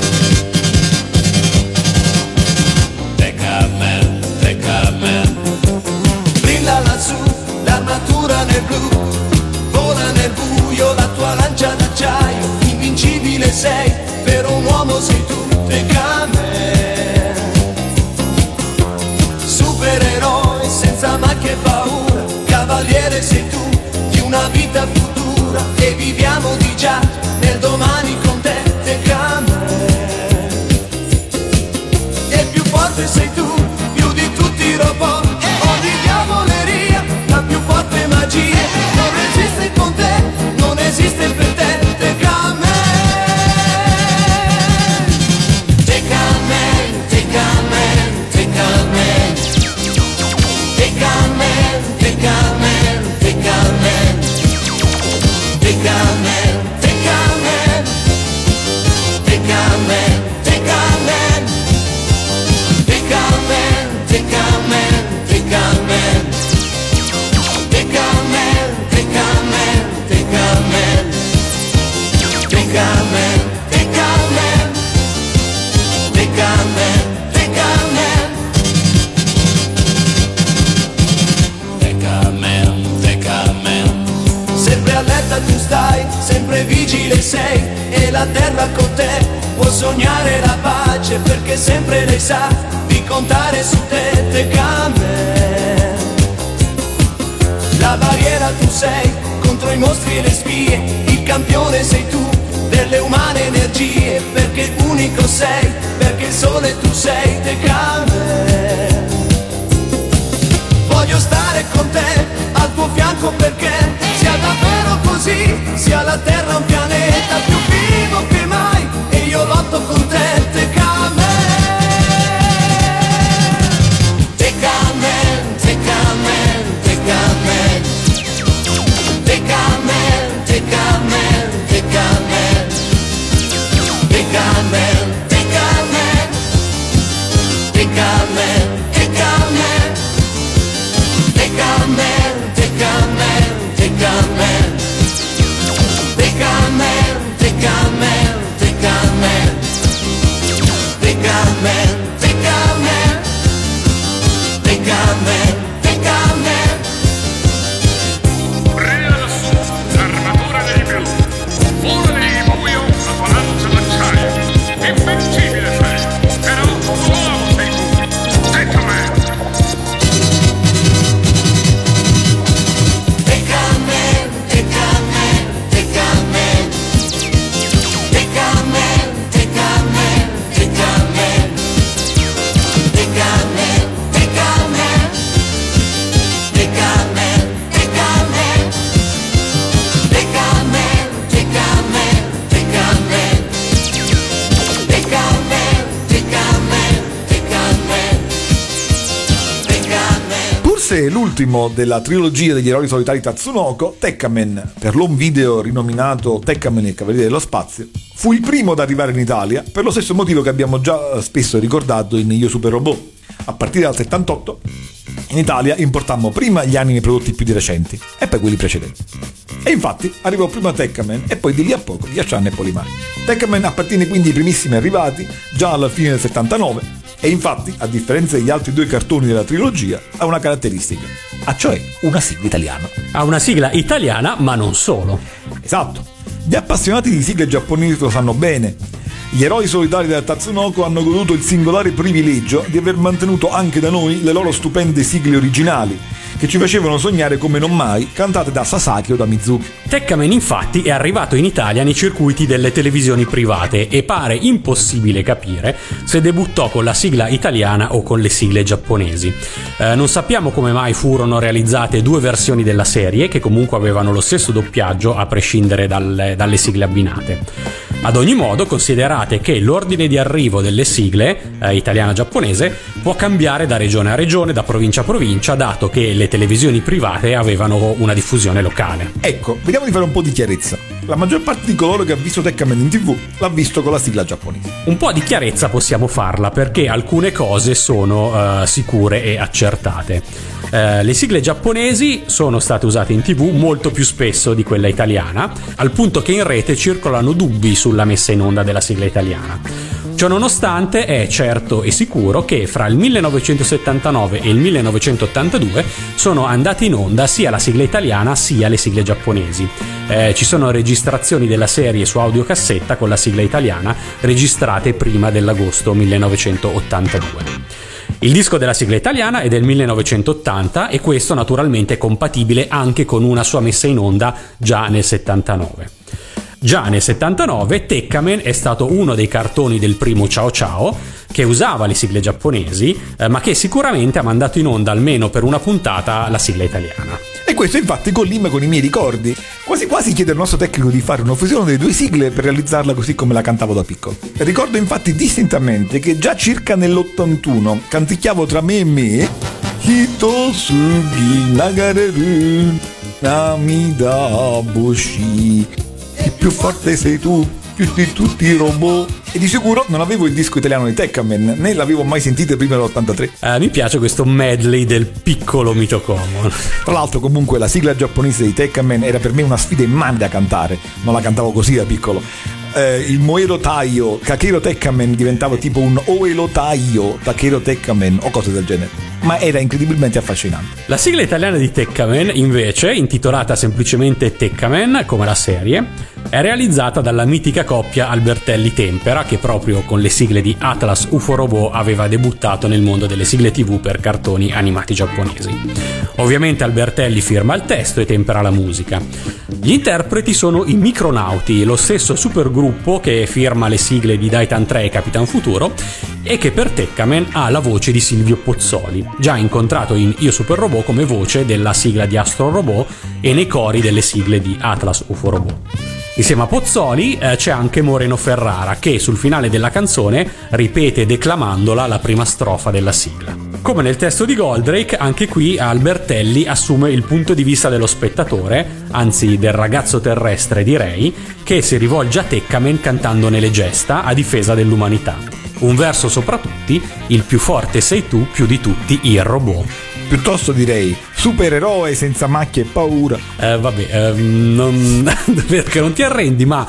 Tekkamen, Tekkamen. Brilla lassù l'armatura nel blu, vola nel buio la tua lancia d'acciaio, invincibile sei, per un uomo sei tu, Tekkamen. Supereroe senza macchie e paura, cavaliere sei tu, di una vita futura, e viviamo di già nel domani con te, Tekkamen. E più forte sei tu, più di tutti i robot, ogni diavoleria, la più forte magia, non esiste con te, non esiste per te, Tekkamen. Tekkamen, Tekkamen, Tekkamen. Tekkamen, Tekkamen, Tekkamen. Tekkamen, Tekkamen. Tekkamen, Tekkamen. Tekkamen, Tekkamen, Tekkamen. Tekkamen, Tekkamen, Tekkamen. Tekkamen, Tekkamen. Tekkamen, Tekkamen. Tekkamen, Tekkamen. Sempre allerta tu stai, sempre vigile sei, e la terra con te può sognare la pace, perché sempre lei sa di contare su te, Tekkamen. La barriera tu sei, contro i mostri e le spie, il campione sei tu, delle umane energie, perché unico sei, perché il sole tu sei, Tekkamen. Voglio stare con te, al tuo fianco, perché sia davvero così, sia la terra un pianeta più vivo che mai, e io lotto con te, Tekkamen. Tekkamen, Tekkamen, Tekkamen. Tekkamen, Tekkamen, Tekkamen. Tekkamen, Tekkamen. Tekkamen, Tekkamen. Tekkamen, Tekkamen. Tekkaman, Tekkaman, Tekkaman, Tekkaman. Brilla lassù, l'armatura dei blu, fuori di buio, la tua lancia d'acciaio, invincibile sei, però uomo sei tu, Tekkaman. Tekkaman, Tekkaman, Tekkaman, Tekkaman, Tekkaman, Tekkaman, Tekkaman, Tekkaman, Tekkaman, Tekkaman, Tekkaman, Tekkaman, Tekkaman, Tekkaman, Tekkaman. Pur se è l'ultimo della trilogia degli eroi solitari Tatsunoko, Tekkaman, per l'home video rinominato Tekkaman il Cavaliere dello Spazio, fu il primo ad arrivare in Italia per lo stesso motivo che abbiamo già spesso ricordato in Io Super Robot. A partire dal 78 in Italia importammo prima gli anime prodotti più di recenti e poi quelli precedenti. E infatti arrivò prima Tekkaman e poi di lì a poco Yashan e Polimar. Tekkaman appartiene quindi ai primissimi arrivati già alla fine del 79 e infatti, a differenza degli altri due cartoni della trilogia, ha una caratteristica, cioè una sigla italiana. Ha una sigla italiana, ma non solo. Esatto. Gli appassionati di sigle giapponesi lo sanno bene. Gli eroi solitari della Tatsunoko hanno goduto il singolare privilegio di aver mantenuto anche da noi le loro stupende sigle originali, che ci facevano sognare come non mai, cantate da Sasaki o da Mizuki. Tekkaman infatti è arrivato in Italia nei circuiti delle televisioni private e pare impossibile capire se debuttò con la sigla italiana o con le sigle giapponesi. Non sappiamo come mai furono realizzate due versioni della serie che comunque avevano lo stesso doppiaggio a prescindere dalle sigle abbinate. Ad ogni modo considerate che l'ordine di arrivo delle sigle, italiana-giapponese, può cambiare da regione a regione, da provincia a provincia, dato che le televisioni private avevano una diffusione locale. Ecco, vediamo di fare un po' di chiarezza. La maggior parte di coloro che ha visto Tekkaman in TV l'ha visto con la sigla giapponese. Un po' di chiarezza possiamo farla perché alcune cose sono sicure e accertate. Le sigle giapponesi sono state usate in TV molto più spesso di quella italiana, al punto che in rete circolano dubbi sulla messa in onda della sigla italiana. Ciononostante è certo e sicuro che fra il 1979 e il 1982 sono andate in onda sia la sigla italiana sia le sigle giapponesi. Ci sono registrazioni della serie su audiocassetta con la sigla italiana registrate prima dell'agosto 1982. Il disco della sigla italiana è del 1980 e questo naturalmente è compatibile anche con una sua messa in onda già nel 79. Già nel 79 Tekkaman è stato uno dei cartoni del primo Ciao Ciao che usava le sigle giapponesi, ma che sicuramente ha mandato in onda almeno per una puntata la sigla italiana. E questo infatti collima con i miei ricordi. Quasi quasi chiede al nostro tecnico di fare una fusione delle due sigle per realizzarla così come la cantavo da piccolo. Ricordo infatti distintamente che già circa nell'81 canticchiavo tra me e me Hitosugi nagareru namida boshi, il più forte sei tu, più di tutti i robot. E di sicuro non avevo il disco italiano di Tekkaman, né l'avevo mai sentito prima dell'83. Mi piace questo medley del piccolo Mitocommon. Tra l'altro comunque la sigla giapponese di Tekkaman era per me una sfida immane da cantare, non la cantavo così da piccolo. Il Moero Taio, Kakero Tekkaman diventava tipo un Oelo Taio, Takero Tekkaman o cose del genere, ma era incredibilmente affascinante. La sigla italiana di Tekkaman invece, intitolata semplicemente Tekkaman come la serie, è realizzata dalla mitica coppia Albertelli-Tempera che proprio con le sigle di Atlas UFO Robot aveva debuttato nel mondo delle sigle TV per cartoni animati giapponesi. Ovviamente Albertelli firma il testo e Tempera la musica. Gli interpreti sono i Micronauti, lo stesso supergruppo che firma le sigle di Daitan 3 e Capitan Futuro e che per Tekkaman ha la voce di Silvio Pozzoli, già incontrato in Io Super Robot come voce della sigla di Astro Robot e nei cori delle sigle di Atlas UFO Robot. Insieme a Pozzoli c'è anche Moreno Ferrara che sul finale della canzone ripete declamandola la prima strofa della sigla. Come nel testo di Goldrake, anche qui Albertelli assume il punto di vista dello spettatore, anzi del ragazzo terrestre direi, che si rivolge a Tekkaman cantandone le gesta a difesa dell'umanità. Un verso sopra tutti, il più forte sei tu più di tutti i robot. Piuttosto direi supereroe senza macchie e paura. Perché non ti arrendi, ma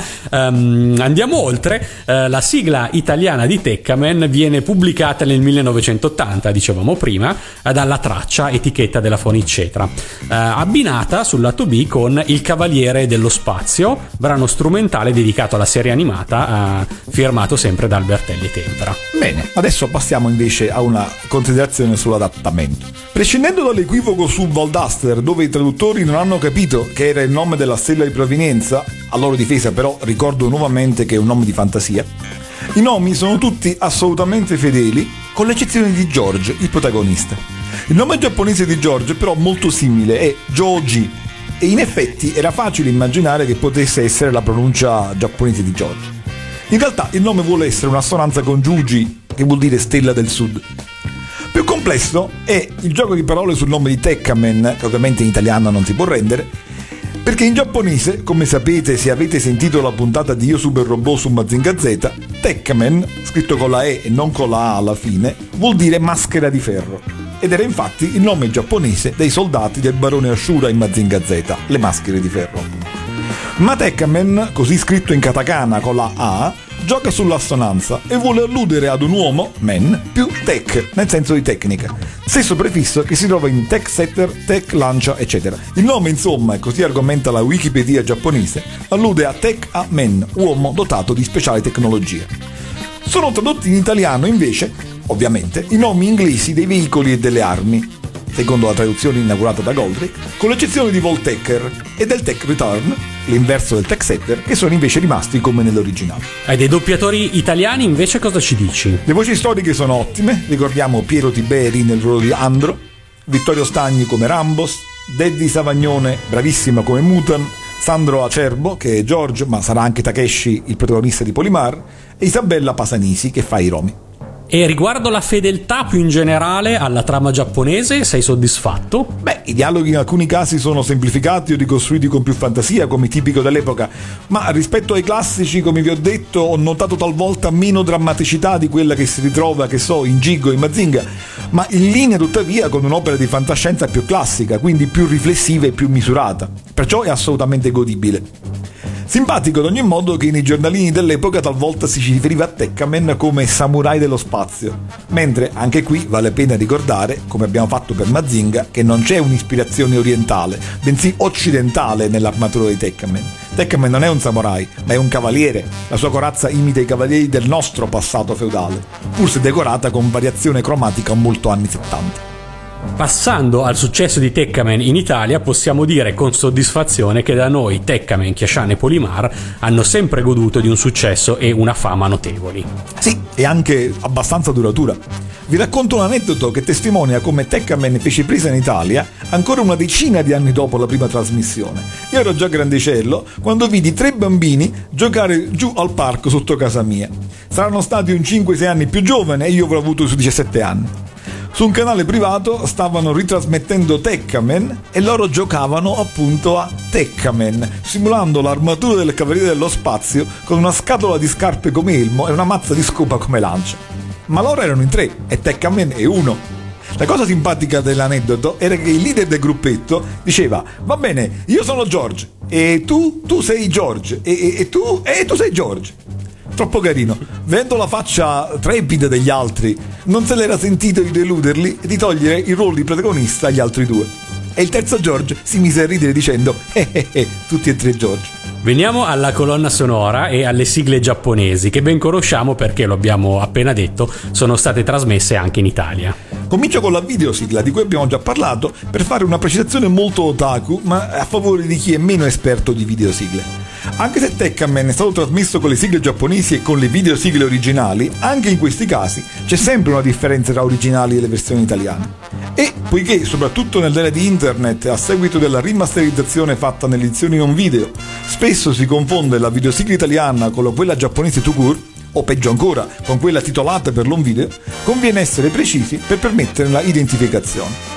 andiamo oltre. La sigla italiana di Tekkaman viene pubblicata nel 1980, dicevamo prima, dalla Traccia, etichetta della Fonicetra, abbinata sul lato B con Il Cavaliere dello Spazio, brano strumentale dedicato alla serie animata, firmato sempre da Albertelli Tempera. Bene, adesso passiamo invece a una considerazione sull'adattamento. Prescindendo dall'equivoco su Valdaster, dove i traduttori non hanno capito che era il nome della stella di provenienza, a loro difesa però ricordo nuovamente che è un nome di fantasia, i nomi sono tutti assolutamente fedeli, con l'eccezione di George, il protagonista. Il nome giapponese di George però molto simile, è Joji, e in effetti era facile immaginare che potesse essere la pronuncia giapponese di George. In realtà il nome vuole essere un'assonanza con Juji, che vuol dire stella del sud. Più complesso è il gioco di parole sul nome di Tekkaman, che ovviamente in italiano non si può rendere, perché in giapponese, come sapete se avete sentito la puntata di Io Super Robot su Mazinga Z, Tekkaman, scritto con la E e non con la A alla fine, vuol dire maschera di ferro. Ed era infatti il nome giapponese dei soldati del barone Ashura in Mazinga Z, le maschere di ferro. Ma Tekkaman, così scritto in katakana con la A, gioca sull'assonanza e vuole alludere ad un uomo, men, più tech, nel senso di tecnica. Stesso prefisso che si trova in tech setter, tech lancia, eccetera. Il nome, insomma, e così argomenta la Wikipedia giapponese, allude a tech a men, uomo dotato di speciale tecnologia. Sono tradotti in italiano, invece, ovviamente, i nomi inglesi dei veicoli e delle armi, secondo la traduzione inaugurata da Goldrick, con l'eccezione di Voltaker e del Tech Return, l'inverso del Tech Setter, che sono invece rimasti come nell'originale. E dei doppiatori italiani invece cosa ci dici? Le voci storiche sono ottime, ricordiamo Piero Tiberi nel ruolo di Andro, Vittorio Stagni come Rambos, Daddy Savagnone bravissima come Mutan, Sandro Acerbo che è George ma sarà anche Takeshi il protagonista di Polimar, e Isabella Pasanisi che fa i Romi. E riguardo la fedeltà più in generale alla trama giapponese, sei soddisfatto? Beh, i dialoghi in alcuni casi sono semplificati o ricostruiti con più fantasia, come tipico dell'epoca, ma rispetto ai classici, come vi ho detto, ho notato talvolta meno drammaticità di quella che si ritrova, che so, in Giggo e in Mazinga, ma in linea tuttavia con un'opera di fantascienza più classica, quindi più riflessiva e più misurata. Perciò è assolutamente godibile. Simpatico ad ogni modo che nei giornalini dell'epoca talvolta si ci riferiva a Tekkaman come samurai dello spazio, mentre anche qui vale la pena ricordare, come abbiamo fatto per Mazinga, che non c'è un'ispirazione orientale, bensì occidentale nell'armatura di Tekkaman. Tekkaman non è un samurai, ma è un cavaliere, la sua corazza imita i cavalieri del nostro passato feudale, pur se decorata con variazione cromatica molto anni 70. Passando al successo di Tekkaman in Italia, possiamo dire con soddisfazione che da noi Tekkaman, Kiashan e Polimar hanno sempre goduto di un successo e una fama notevoli. Sì, e anche abbastanza duratura. Vi racconto un aneddoto che testimonia come Tekkaman fece presa in Italia ancora una decina di anni dopo la prima trasmissione. Io ero già grandicello quando vidi 3 bambini giocare giù al parco sotto casa mia. Saranno stati un 5-6 anni più giovane e io avrò avuto sui 17 anni. Su un canale privato stavano ritrasmettendo Tekkaman e loro giocavano appunto a Tekkaman, simulando l'armatura del Cavaliere dello Spazio con una scatola di scarpe come elmo e una mazza di scopa come lancia. Ma loro erano in 3 e Tekkaman è 1. La cosa simpatica dell'aneddoto era che il leader del gruppetto diceva: va bene, io sono George e tu sei George e tu sei George. Troppo carino. Vedendo la faccia trepida degli altri, non se l'era sentito di deluderli e di togliere il ruolo di protagonista agli altri 2. E il terzo George si mise a ridere dicendo tutti e 3 George. Veniamo alla colonna sonora e alle sigle giapponesi, che ben conosciamo perché, lo abbiamo appena detto, sono state trasmesse anche in Italia. Comincio con la videosigla di cui abbiamo già parlato per fare una precisazione molto otaku, ma a favore di chi è meno esperto di videosigle. Anche se Tekkaman è stato trasmesso con le sigle giapponesi e con le videosigle originali, anche in questi casi c'è sempre una differenza tra originali e le versioni italiane. E poiché, soprattutto nell'era di internet, a seguito della rimasterizzazione fatta nelle edizioni home video, spesso si confonde la videosigla italiana con quella giapponese tout court, o peggio ancora con quella titolata per l'home video, conviene essere precisi per permettere la identificazione.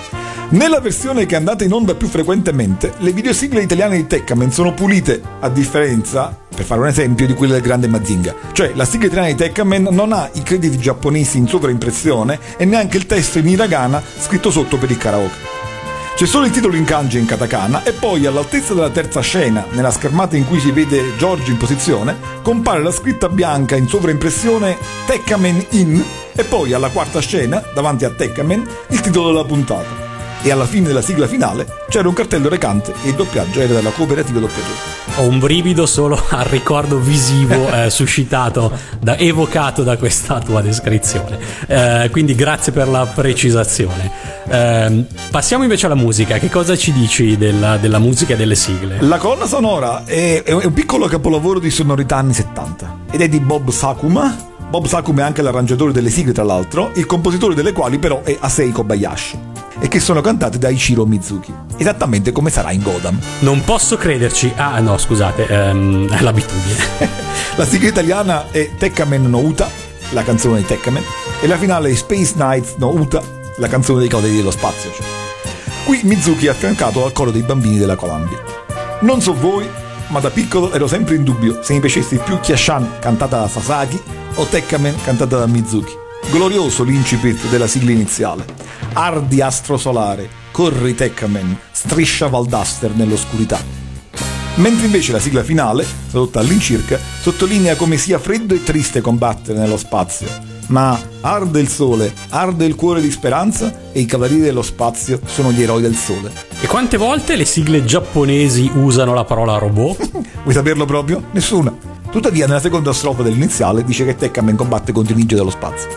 Nella versione che è andata in onda più frequentemente, le videosigle italiane di Tekkaman sono pulite, a differenza, per fare un esempio, di quelle del grande Mazinga. Cioè, la sigla italiana di Tekkaman non ha i crediti giapponesi in sovraimpressione e neanche il testo in hiragana scritto sotto per il karaoke. C'è solo il titolo in kanji e in katakana e poi all'altezza della terza scena, nella schermata in cui si vede George in posizione, compare la scritta bianca in sovraimpressione Tekkaman In e poi alla quarta scena, davanti a Tekkaman, il titolo della puntata. E alla fine della sigla finale c'era un cartello recante e il doppiaggio era della cooperativa doppiatori. Ho un brivido solo al ricordo visivo suscitato, evocato da questa tua descrizione. Quindi grazie per la precisazione. Passiamo invece alla musica. Che cosa ci dici della musica e delle sigle? La colonna sonora è un piccolo capolavoro di sonorità anni 70 ed è di Bob Sakuma. Bob Sakuma è anche l'arrangiatore delle sigle, tra l'altro, il compositore delle quali però è Asei Kobayashi, e che sono cantate da Ichiro Mizuki, esattamente come sarà in Godam. Non posso crederci. Ah no, scusate, è l'abitudine. La sigla italiana è Tekkaman no Uta, la canzone di Tekkaman, e la finale è Space Knights no Uta, la canzone dei Cavalieri dello Spazio. Qui Mizuki è affiancato al coro dei bambini della Columbia. Non so voi, ma da piccolo ero sempre in dubbio se mi piacesse più Kyashan cantata da Sasaki o Tekkaman cantata da Mizuki. Glorioso l'incipit della sigla iniziale. Ardi astro solare, corri Tekkaman, striscia Valdaster nell'oscurità. Mentre invece la sigla finale, tradotta all'incirca, sottolinea come sia freddo e triste combattere nello spazio. Ma arde il sole, arde il cuore di speranza e i cavalieri dello spazio sono gli eroi del sole. E quante volte le sigle giapponesi usano la parola robot? Vuoi saperlo proprio? Nessuna. Tuttavia nella seconda strofa dell'iniziale dice che Tekkaman combatte contro i ninja dello spazio.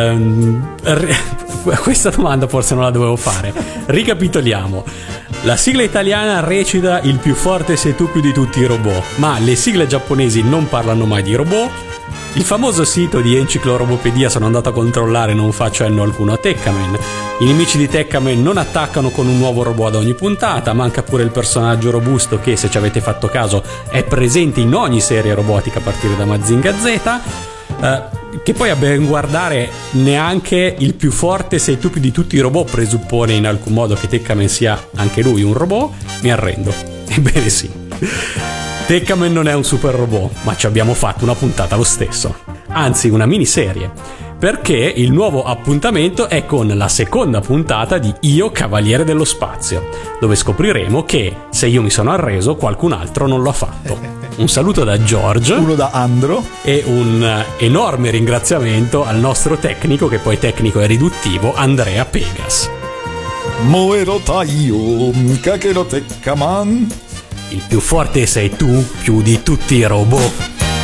Questa domanda forse non la dovevo fare. Ricapitoliamo. La sigla italiana recita il più forte sei tu più di tutti i robot, ma le sigle giapponesi non parlano mai di robot. Il famoso sito di Enciclorobopedia sono andato a controllare, non fa cenno alcuno a Tekkaman. I nemici di Tekkaman non attaccano con un nuovo robot ad ogni puntata, manca pure il personaggio robusto che, se ci avete fatto caso, è presente in ogni serie robotica a partire da Mazinga Z. Che poi, a ben guardare, neanche il più forte sei tu più di tutti i robot presuppone in alcun modo che Tekkaman sia anche lui un robot. Mi arrendo. Ebbene sì, Tekkaman non è un super robot, ma ci abbiamo fatto una puntata lo stesso, anzi una miniserie, perché il nuovo appuntamento è con la seconda puntata di Io Cavaliere dello Spazio, dove scopriremo che se io mi sono arreso qualcun altro non lo ha fatto. Un saluto da George, uno da Andro e un enorme ringraziamento al nostro tecnico, che poi tecnico è riduttivo, Andrea Pegas. Moero Taio, Kakero Tekkaman. Il più forte sei tu più di tutti i robot.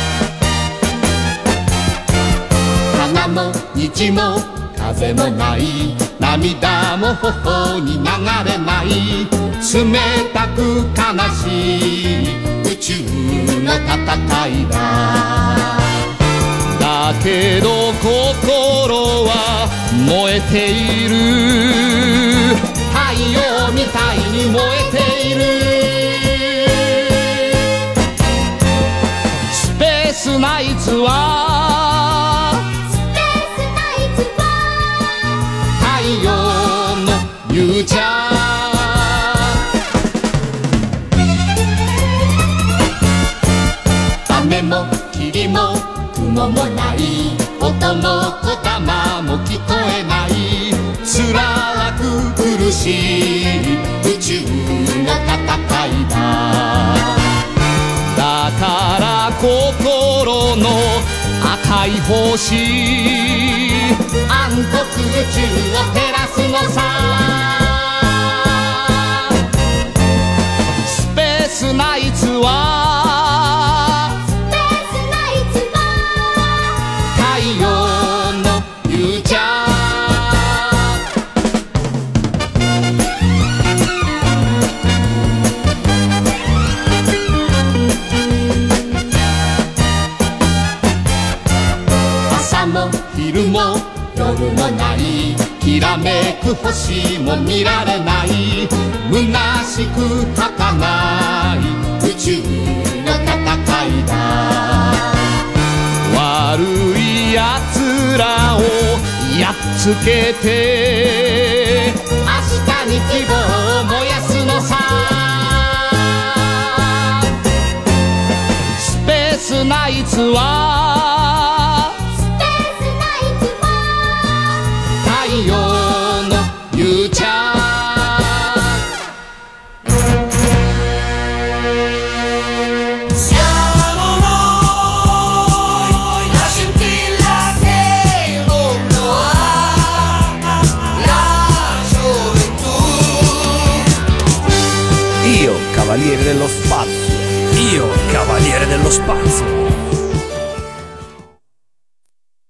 花も日も風もない涙も頬に流れない冷たく悲しい宇宙の戦いだだけど心は燃えている太陽みたいに燃えているスペースナイツは太陽の勇者雨も霧も雲もない音も言霊も聞こえない辛く苦しい宇宙の戦いだだから心の赤い星暗黒宇宙を照らすのさスペースナイツは太陽の勇者朝も昼も夜もないきらめく星も見られない虚しく儚い宇宙の戦いだ悪いやつらをやっつけて明日に希スナイツは太陽のゆうちゃん Io, cavaliere dello spazio. Io, cavaliere dello spazio.